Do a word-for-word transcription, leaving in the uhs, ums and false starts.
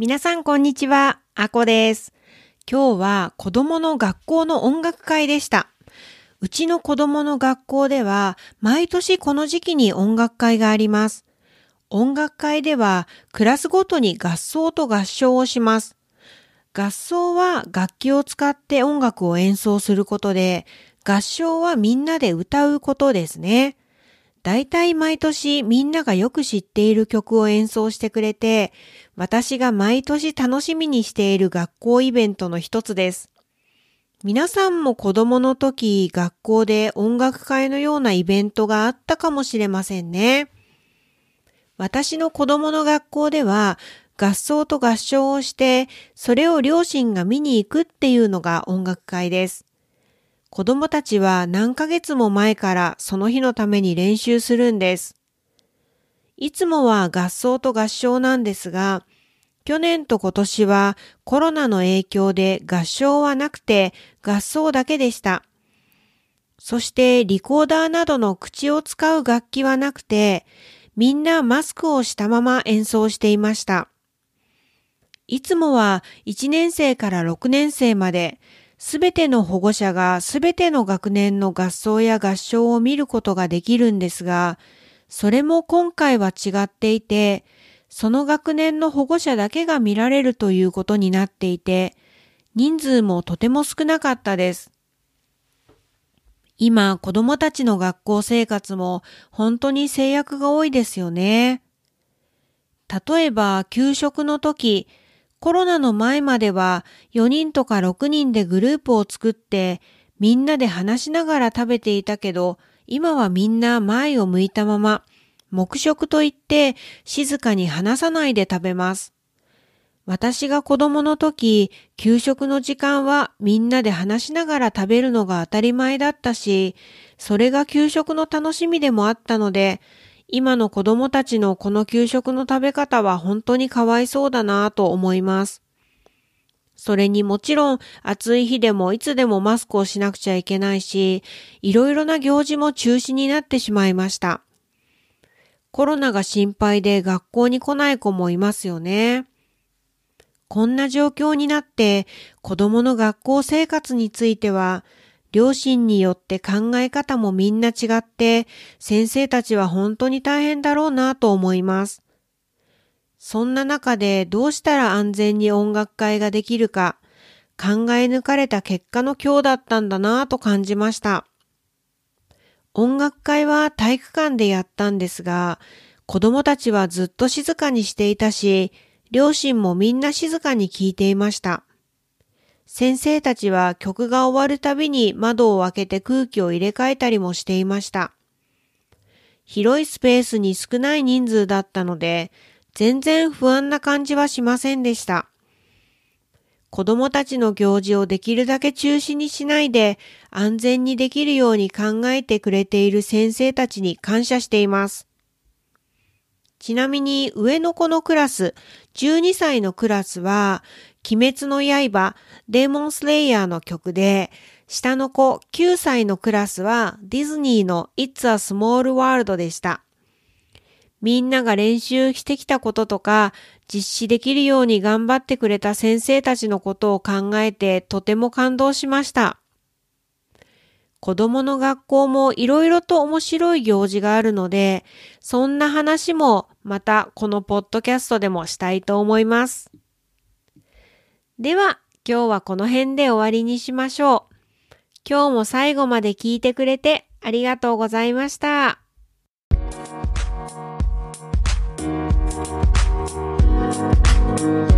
皆さんこんにちは、あこです。今日は子供の学校の音楽会でした。うちの子供の学校では毎年この時期に音楽会があります。音楽会ではクラスごとに合奏と合唱をします。合奏は楽器を使って音楽を演奏することで、合唱はみんなで歌うことですね。だいたい毎年みんながよく知っている曲を演奏してくれて、私が毎年楽しみにしている学校イベントの一つです。皆さんも子供の時、学校で音楽会のようなイベントがあったかもしれませんね。私の子供の学校では合奏と合唱をして、それを両親が見に行くっていうのが音楽会です。子供たちは何ヶ月も前からその日のために練習するんです。いつもは合奏と合唱なんですが、去年と今年はコロナの影響で合唱はなくて合奏だけでした。そしてリコーダーなどの口を使う楽器はなくて、みんなマスクをしたまま演奏していました。いつもはいちねん生からろくねん生まで、すべての保護者がすべての学年の合奏や合唱を見ることができるんですが、それも今回は違っていて、その学年の保護者だけが見られるということになっていて、人数もとても少なかったです。今、子どもたちの学校生活も本当に制約が多いですよね。例えば、給食の時、コロナの前まではよにんとかろくにんでグループを作ってみんなで話しながら食べていたけど、今はみんな前を向いたまま黙食といって静かに話さないで食べます。私が子供の時、給食の時間はみんなで話しながら食べるのが当たり前だったし、それが給食の楽しみでもあったので、今の子供たちのこの給食の食べ方は本当にかわいそうだなぁと思います。それにもちろん暑い日でもいつでもマスクをしなくちゃいけないし、いろいろな行事も中止になってしまいました。コロナが心配で学校に来ない子もいますよね。こんな状況になって子供の学校生活については、両親によって考え方もみんな違って、先生たちは本当に大変だろうなと思います。そんな中でどうしたら安全に音楽会ができるか、考え抜かれた結果の今日だったんだなと感じました。音楽会は体育館でやったんですが、子供たちはずっと静かにしていたし、両親もみんな静かに聞いていました。先生たちは曲が終わるたびに窓を開けて空気を入れ替えたりもしていました。広いスペースに少ない人数だったので、全然不安な感じはしませんでした。子供たちの行事をできるだけ中止にしないで安全にできるように考えてくれている先生たちに感謝しています。ちなみに上の子のクラス、じゅうにさいのクラスは、鬼滅の刃、デーモンスレイヤーの曲で、下の子きゅうさいのクラスはディズニーの It's a Small World でした。みんなが練習してきたこととか、実施できるように頑張ってくれた先生たちのことを考えてとても感動しました。子供の学校もいろいろと面白い行事があるので、そんな話もまたこのポッドキャストでもしたいと思います。では、今日はこの辺で終わりにしましょう。今日も最後まで聞いてくれてありがとうございました。 Thank you.